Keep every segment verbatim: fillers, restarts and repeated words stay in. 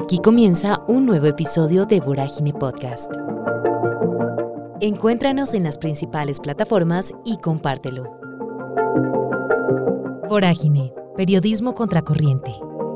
Aquí comienza un nuevo episodio de Vorágine Podcast. Encuéntranos en las principales plataformas y compártelo. Vorágine, periodismo contracorriente.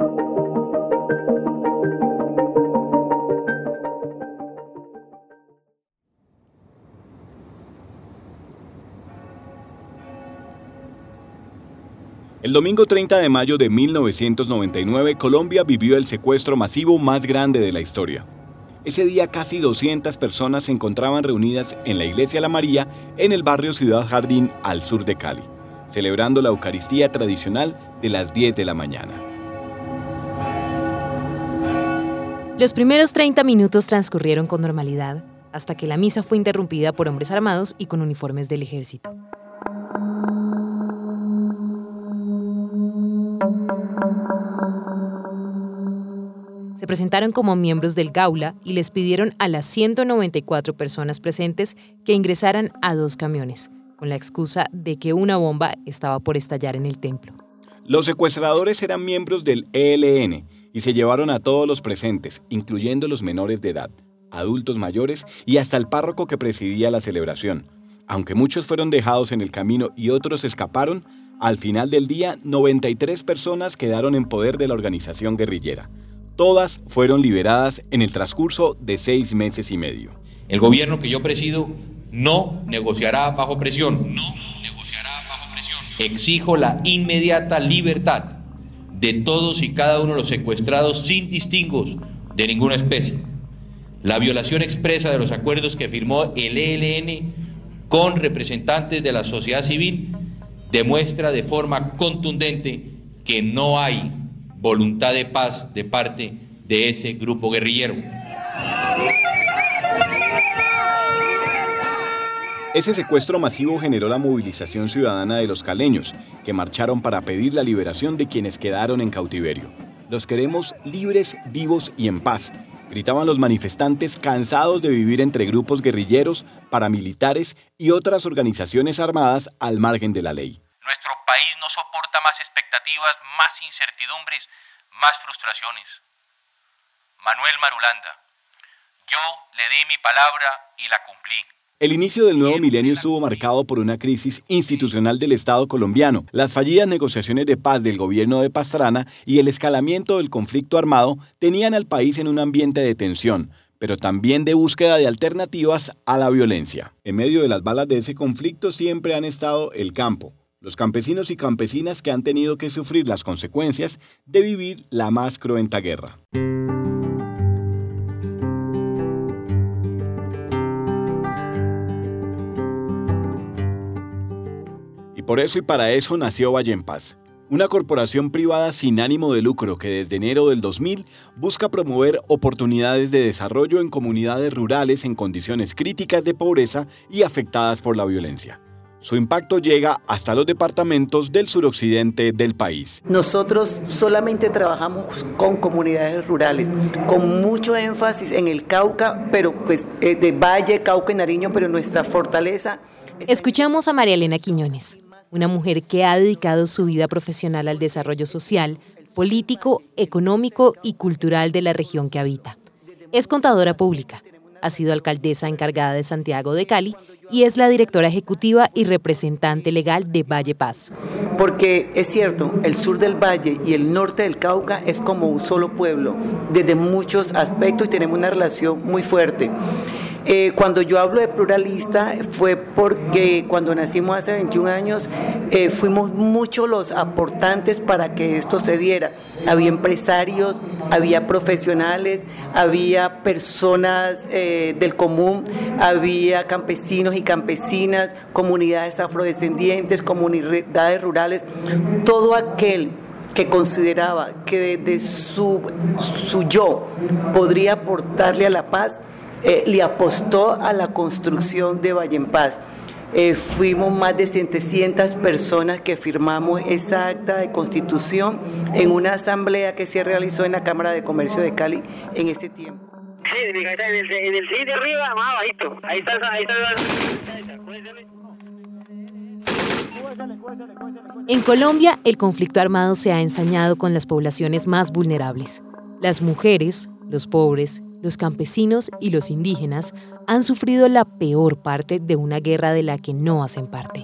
El domingo treinta de mayo de mil novecientos noventa y nueve, Colombia vivió el secuestro masivo más grande de la historia. Ese día casi doscientas personas se encontraban reunidas en la Iglesia La María en el barrio Ciudad Jardín al sur de Cali, celebrando la Eucaristía tradicional de las diez de la mañana. Los primeros treinta minutos transcurrieron con normalidad, hasta que la misa fue interrumpida por hombres armados y con uniformes del ejército. Se presentaron como miembros del Gaula y les pidieron a las ciento noventa y cuatro personas presentes que ingresaran a dos camiones, con la excusa de que una bomba estaba por estallar en el templo. Los secuestradores eran miembros del E L N y se llevaron a todos los presentes, incluyendo los menores de edad, adultos mayores y hasta el párroco que presidía la celebración. Aunque muchos fueron dejados en el camino y otros escaparon, al final del día, noventa y tres personas quedaron en poder de la organización guerrillera. Todas fueron liberadas en el transcurso de seis meses y medio. El gobierno que yo presido no negociará bajo presión. No negociará bajo presión. Exijo la inmediata libertad de todos y cada uno de los secuestrados sin distingos de ninguna especie. La violación expresa de los acuerdos que firmó el E L N con representantes de la sociedad civil demuestra de forma contundente que no hay voluntad de paz de parte de ese grupo guerrillero. Ese secuestro masivo generó la movilización ciudadana de los caleños, que marcharon para pedir la liberación de quienes quedaron en cautiverio. Los queremos libres, vivos y en paz, gritaban los manifestantes cansados de vivir entre grupos guerrilleros, paramilitares y otras organizaciones armadas al margen de la ley. Nuestro país no soporta más expectativas, más incertidumbres, más frustraciones. Manuel Marulanda, yo le di mi palabra y la cumplí. El inicio del nuevo milenio estuvo marcado por una crisis institucional del Estado colombiano, las fallidas negociaciones de paz del gobierno de Pastrana y el escalamiento del conflicto armado tenían al país en un ambiente de tensión, pero también de búsqueda de alternativas a la violencia. En medio de las balas de ese conflicto siempre han estado el campo, los campesinos y campesinas que han tenido que sufrir las consecuencias de vivir la más cruenta guerra. Y por eso y para eso nació Valle en Paz, una corporación privada sin ánimo de lucro que desde enero del dos mil busca promover oportunidades de desarrollo en comunidades rurales en condiciones críticas de pobreza y afectadas por la violencia. Su impacto llega hasta los departamentos del suroccidente del país. Nosotros solamente trabajamos con comunidades rurales, con mucho énfasis en el Cauca, pero pues de Valle, Cauca y Nariño, pero nuestra fortaleza... Escuchamos a María Elena Quiñones, una mujer que ha dedicado su vida profesional al desarrollo social, político, económico y cultural de la región que habita. Es contadora pública, ha sido alcaldesa encargada de Santiago de Cali y es la directora ejecutiva y representante legal de Valle Paz. Porque es cierto, el sur del Valle y el norte del Cauca es como un solo pueblo, desde muchos aspectos y tenemos una relación muy fuerte. Eh, cuando yo hablo de pluralista fue porque cuando nacimos hace veintiún años eh, fuimos muchos los aportantes para que esto se diera. Había empresarios, había profesionales, había personas eh, del común, había campesinos y campesinas, comunidades afrodescendientes, comunidades rurales, todo aquel que consideraba que desde su, su yo podría aportarle a la paz, Eh, le apostó a la construcción de Valle en Paz. Eh, fuimos más de setecientas personas que firmamos esa acta de constitución en una asamblea que se realizó en la Cámara de Comercio de Cali en ese tiempo. Sí, en el, en el sí de arriba, más bajito. Ahí está, ahí está. En Colombia, el conflicto armado se ha ensañado con las poblaciones más vulnerables. Las mujeres, Los pobres, los campesinos y los indígenas han sufrido la peor parte de una guerra de la que no hacen parte.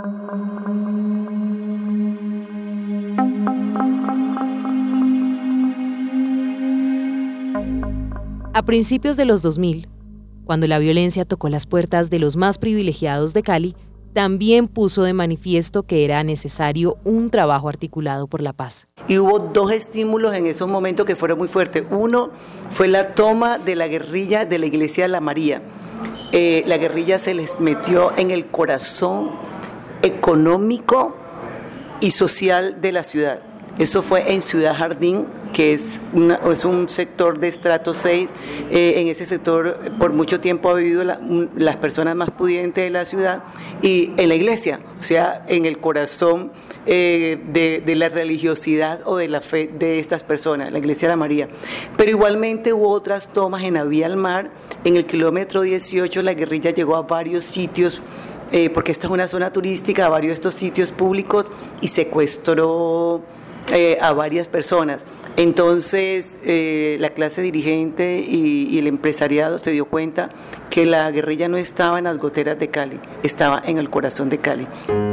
A principios de los dos mil, cuando la violencia tocó las puertas de los más privilegiados de Cali, también puso de manifiesto que era necesario un trabajo articulado por la paz. Y hubo dos estímulos en esos momentos que fueron muy fuertes. Uno fue la toma de la guerrilla de la iglesia de la María. Eh, la guerrilla se les metió en el corazón económico y social de la ciudad. Eso fue en Ciudad Jardín, que es, una, es un sector de estrato seis. Eh, en ese sector por mucho tiempo ha vivido la, un, las personas más pudientes de la ciudad, y en la iglesia, o sea, en el corazón eh, de, de la religiosidad o de la fe de estas personas, la iglesia de la María. Pero igualmente hubo otras tomas en la vía al mar. En el kilómetro dieciocho la guerrilla llegó a varios sitios, eh, porque esta es una zona turística, a varios de estos sitios públicos, y secuestró Eh, a varias personas. Entonces eh, la clase dirigente y, y el empresariado se dio cuenta que la guerrilla no estaba en las goteras de Cali, estaba en el corazón de Cali.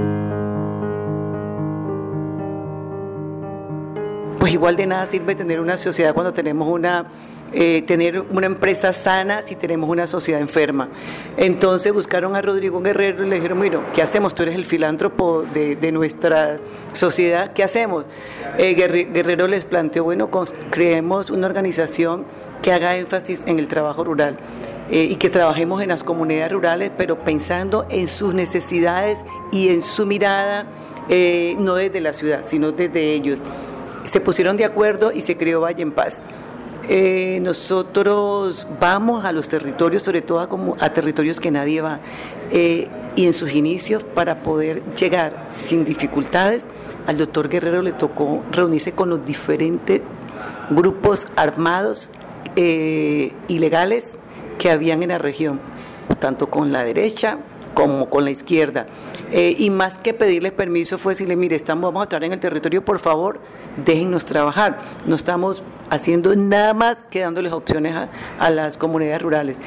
Pues igual de nada sirve tener una sociedad cuando tenemos una Eh, tener una empresa sana si tenemos una sociedad enferma. Entonces buscaron a Rodrigo Guerrero y le dijeron: mira, ¿qué hacemos? Tú eres el filántropo de, de nuestra sociedad, ¿qué hacemos? Eh, Guerrero les planteó: bueno, creemos una organización que haga énfasis en el trabajo rural eh, y que trabajemos en las comunidades rurales, pero pensando en sus necesidades y en su mirada, eh, no desde la ciudad, sino desde ellos. Se pusieron de acuerdo y se creó Valle en Paz. Eh, nosotros vamos a los territorios, sobre todo a, como, a territorios que nadie va, eh, y en sus inicios, para poder llegar sin dificultades, al doctor Guerrero le tocó reunirse con los diferentes grupos armados eh, ilegales que habían en la región, tanto con la derecha como con la izquierda. Eh, y más que pedirles permiso fue decirle: mire, estamos, vamos a estar en el territorio, por favor, déjennos trabajar. No estamos haciendo nada más que dándoles opciones a, a las comunidades rurales.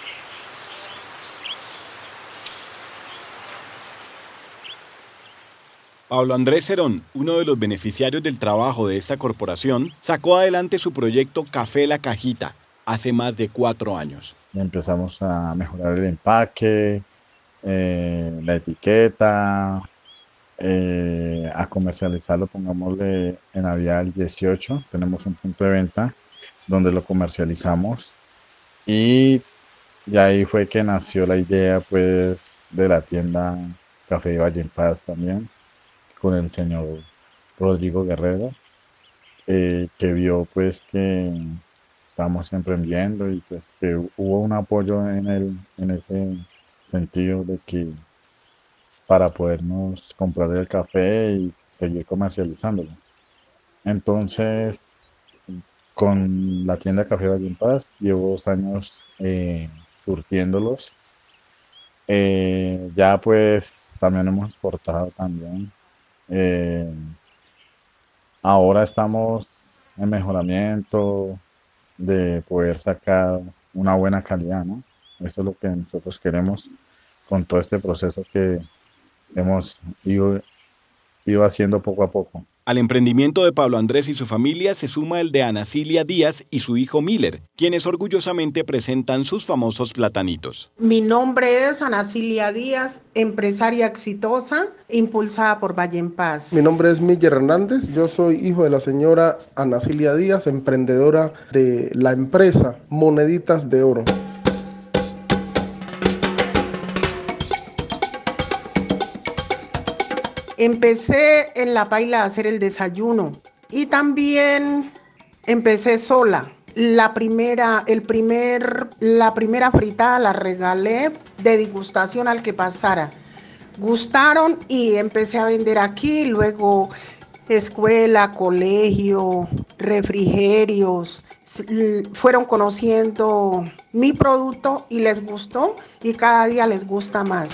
Pablo Andrés Cerón, uno de los beneficiarios del trabajo de esta corporación, sacó adelante su proyecto Café La Cajita hace más de cuatro años. Empezamos a mejorar el empaque, eh, la etiqueta, eh, a comercializarlo, pongámosle en la vía del dieciocho, tenemos un punto de venta donde lo comercializamos, y, y ahí fue que nació la idea pues de la tienda Café de Valle en Paz también, con el señor Rodrigo Guerrero, eh, que vio pues que estamos emprendiendo y pues que hubo un apoyo en, el, en ese sentido de que para podernos comprar el café y seguir comercializándolo. Entonces, con la tienda Café Valle en Paz, llevo dos años eh, surtiéndolos. Eh, ya pues también hemos exportado también. Eh, ahora estamos en mejoramiento de poder sacar una buena calidad, ¿no? Esto es lo que nosotros queremos con todo este proceso que hemos ido, ido haciendo poco a poco. Al emprendimiento de Pablo Andrés y su familia se suma el de Ana Cilia Díaz y su hijo Miller, quienes orgullosamente presentan sus famosos platanitos. Mi nombre es Ana Cilia Díaz, empresaria exitosa, impulsada por Valle en Paz. Mi nombre es Miller Hernández, yo soy hijo de la señora Ana Cilia Díaz, emprendedora de la empresa Moneditas de Oro. Empecé en la paila a hacer el desayuno y también empecé sola. La primera, el primer, la primera fritada la regalé de degustación al que pasara. Gustaron y empecé a vender aquí, luego escuela, colegio, refrigerios. Fueron conociendo mi producto y les gustó y cada día les gusta más.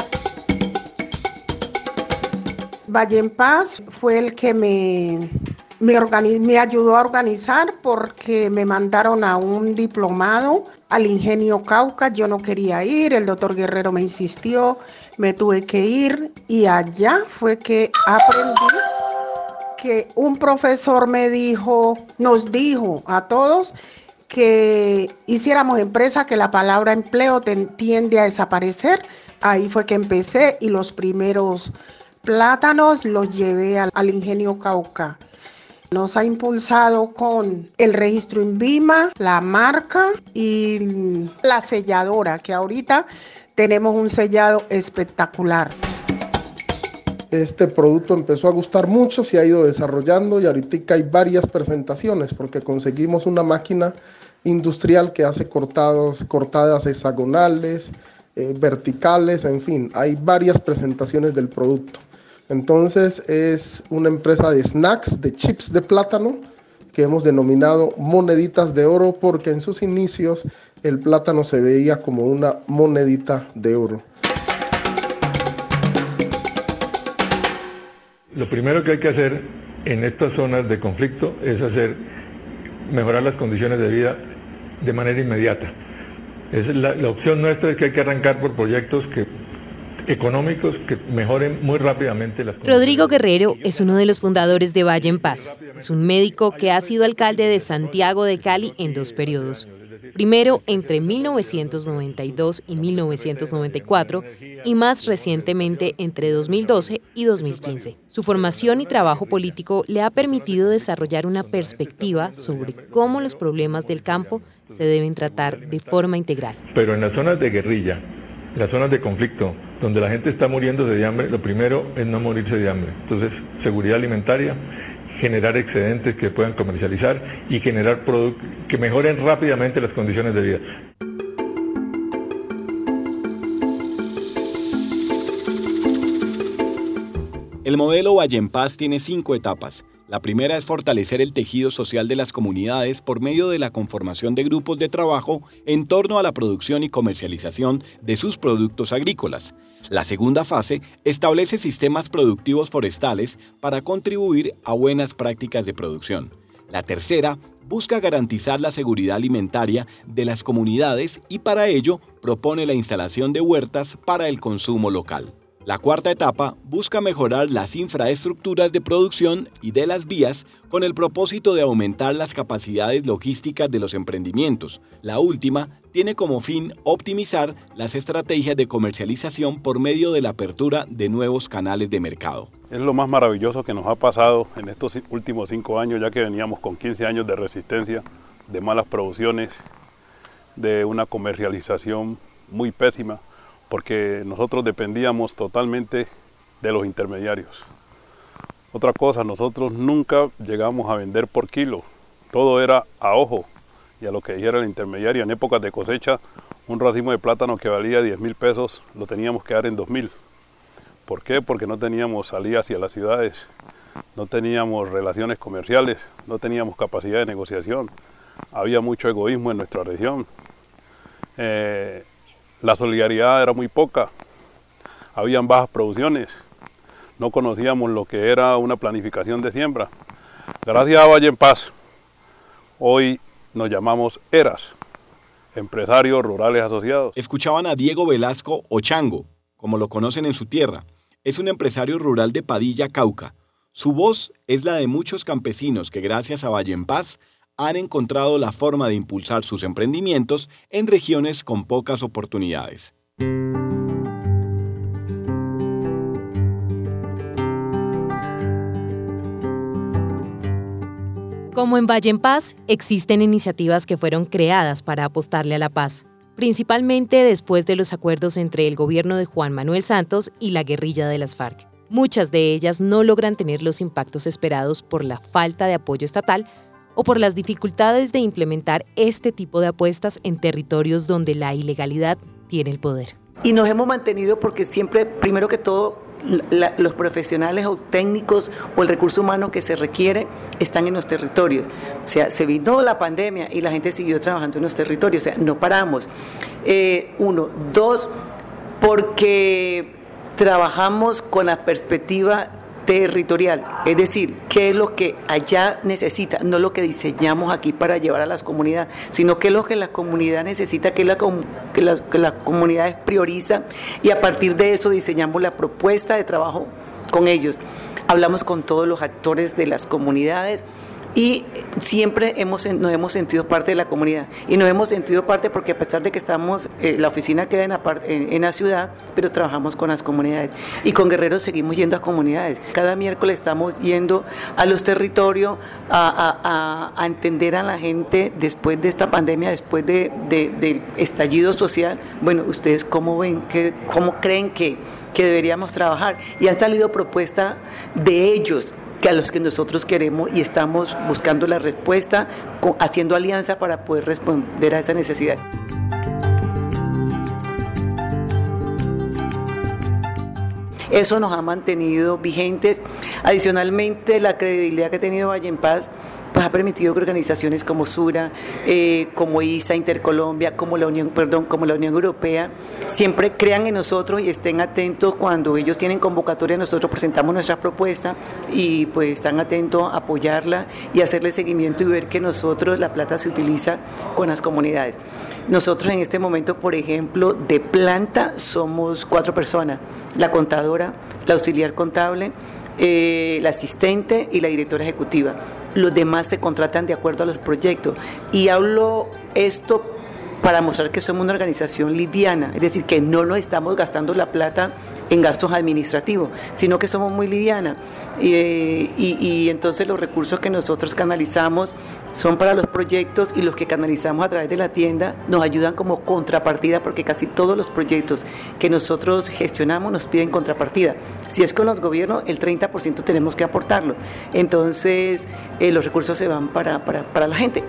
Valle en Paz fue el que me me, organi- me ayudó a organizar porque me mandaron a un diplomado al Ingenio Cauca. Yo no quería ir, el doctor Guerrero me insistió, me tuve que ir y allá fue que aprendí que un profesor me dijo, nos dijo a todos que hiciéramos empresa, que la palabra empleo te, tiende a desaparecer. Ahí fue que empecé y los primeros plátanos los llevé al, al Ingenio Cauca. Nos ha impulsado con el registro INVIMA, la marca y la selladora, que ahorita tenemos un sellado espectacular. Este producto empezó a gustar mucho, se ha ido desarrollando y ahorita hay varias presentaciones porque conseguimos una máquina industrial que hace cortados, cortadas hexagonales, eh, verticales, en fin, hay varias presentaciones del producto. Entonces es una empresa de snacks, de chips de plátano, que hemos denominado moneditas de oro porque en sus inicios el plátano se veía como una monedita de oro. Lo primero que hay que hacer en estas zonas de conflicto es hacer mejorar las condiciones de vida de manera inmediata. Es la, la opción nuestra es que hay que arrancar por proyectos que, económicos que mejoren muy rápidamente las condiciones. Rodrigo Guerrero es uno de los fundadores de Valle en Paz. Es un médico que ha sido alcalde de Santiago de Cali en dos periodos. Primero entre mil novecientos noventa y dos y mil novecientos noventa y cuatro y más recientemente entre dos mil doce y dos mil quince. Su formación y trabajo político le ha permitido desarrollar una perspectiva sobre cómo los problemas del campo se deben tratar de forma integral. Pero en las zonas de guerrilla, las zonas de conflicto, donde la gente está muriéndose de hambre, lo primero es no morirse de hambre. Entonces, seguridad alimentaria, generar excedentes que puedan comercializar y generar productos que mejoren rápidamente las condiciones de vida. El modelo Valle en Paz tiene cinco etapas. La primera es fortalecer el tejido social de las comunidades por medio de la conformación de grupos de trabajo en torno a la producción y comercialización de sus productos agrícolas. La segunda fase establece sistemas productivos forestales para contribuir a buenas prácticas de producción. La tercera busca garantizar la seguridad alimentaria de las comunidades y para ello propone la instalación de huertas para el consumo local. La cuarta etapa busca mejorar las infraestructuras de producción y de las vías con el propósito de aumentar las capacidades logísticas de los emprendimientos. La última tiene como fin optimizar las estrategias de comercialización por medio de la apertura de nuevos canales de mercado. Es lo más maravilloso que nos ha pasado en estos últimos cinco años, ya que veníamos con quince años de resistencia, de malas producciones, de una comercialización muy pésima, porque nosotros dependíamos totalmente de los intermediarios. Otra cosa, nosotros nunca llegamos a vender por kilo, todo era a ojo y a lo que dijera el intermediario. En épocas de cosecha, un racimo de plátano que valía diez mil pesos lo teníamos que dar en dos mil. ¿Por qué? Porque no teníamos salida hacia las ciudades, no teníamos relaciones comerciales, no teníamos capacidad de negociación, había mucho egoísmo en nuestra región. Eh, La solidaridad era muy poca, habían bajas producciones, no conocíamos lo que era una planificación de siembra. Gracias a Valle en Paz, hoy nos llamamos ERAS, Empresarios Rurales Asociados. Escuchaban a Diego Velasco o Chango, como lo conocen en su tierra. Es un empresario rural de Padilla, Cauca. Su voz es la de muchos campesinos que gracias a Valle en Paz han encontrado la forma de impulsar sus emprendimientos en regiones con pocas oportunidades. Como en Valle en Paz, existen iniciativas que fueron creadas para apostarle a la paz, principalmente después de los acuerdos entre el gobierno de Juan Manuel Santos y la guerrilla de las FARC. Muchas de ellas no logran tener los impactos esperados por la falta de apoyo estatal o por las dificultades de implementar este tipo de apuestas en territorios donde la ilegalidad tiene el poder. Y nos hemos mantenido porque siempre, primero que todo, la, los profesionales o técnicos o el recurso humano que se requiere están en los territorios. O sea, se vino la pandemia y la gente siguió trabajando en los territorios, o sea, no paramos. Eh, uno. Dos, porque trabajamos con la perspectiva territorial, es decir, qué es lo que allá necesita, no lo que diseñamos aquí para llevar a las comunidades, sino qué es lo que la comunidad necesita, qué es lo que la, que la comunidad prioriza, y a partir de eso diseñamos la propuesta de trabajo con ellos. Hablamos con todos los actores de las comunidades y siempre hemos, nos hemos sentido parte de la comunidad, y nos hemos sentido parte porque a pesar de que estamos, eh, la oficina queda en la, en, en la ciudad, pero trabajamos con las comunidades, y con Guerrero seguimos yendo a comunidades. Cada miércoles estamos yendo a los territorios a, a, a, a entender a la gente después de esta pandemia, después de, de, del estallido social. Bueno, ¿ustedes cómo ven, que, cómo creen que, que deberíamos trabajar? Y han salido propuestas de ellos, que a los que nosotros queremos, y estamos buscando la respuesta, con, haciendo alianza para poder responder a esa necesidad. Eso nos ha mantenido vigentes. Adicionalmente, la credibilidad que ha tenido Valle en Paz pues ha permitido que organizaciones como Sura, eh, como I S A, Intercolombia, como la Unión, perdón, como la Unión Europea, siempre crean en nosotros y estén atentos cuando ellos tienen convocatoria. Nosotros presentamos nuestra propuesta y pues están atentos a apoyarla y hacerle seguimiento y ver que nosotros la plata se utiliza con las comunidades. Nosotros en este momento, por ejemplo, de planta somos cuatro personas: la contadora, la auxiliar contable, eh, la asistente y la directora ejecutiva. Los demás se contratan de acuerdo a los proyectos. Y hablo esto para mostrar que somos una organización liviana, es decir, que no nos estamos gastando la plata en gastos administrativos, sino que somos muy liviana. Y, y, y entonces los recursos que nosotros canalizamos son para los proyectos, y los que canalizamos a través de la tienda nos ayudan como contrapartida, porque casi todos los proyectos que nosotros gestionamos nos piden contrapartida. Si es con los gobiernos, el treinta por ciento tenemos que aportarlo. Entonces, eh, los recursos se van para, para, para la gente.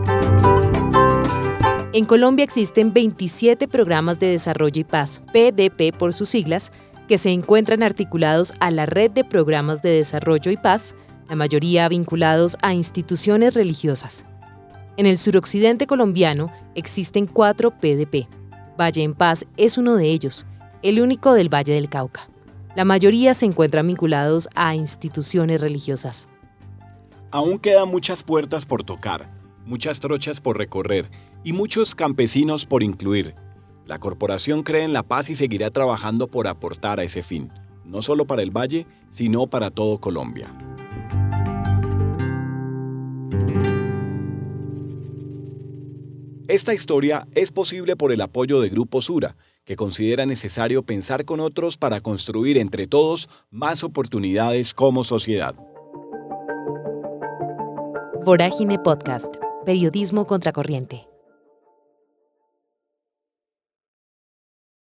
En Colombia existen veintisiete programas de desarrollo y paz, P D P por sus siglas, que se encuentran articulados a la Red de Programas de Desarrollo y Paz, la mayoría vinculados a instituciones religiosas. En el suroccidente colombiano existen cuatro P D P. Valle en Paz es uno de ellos, el único del Valle del Cauca. La mayoría se encuentran vinculados a instituciones religiosas. Aún quedan muchas puertas por tocar, muchas trochas por recorrer y muchos campesinos por incluir. La corporación cree en la paz y seguirá trabajando por aportar a ese fin, no solo para el Valle, sino para todo Colombia. Esta historia es posible por el apoyo de Grupo Sura, que considera necesario pensar con otros para construir entre todos más oportunidades como sociedad. Vorágine Podcast, periodismo contracorriente.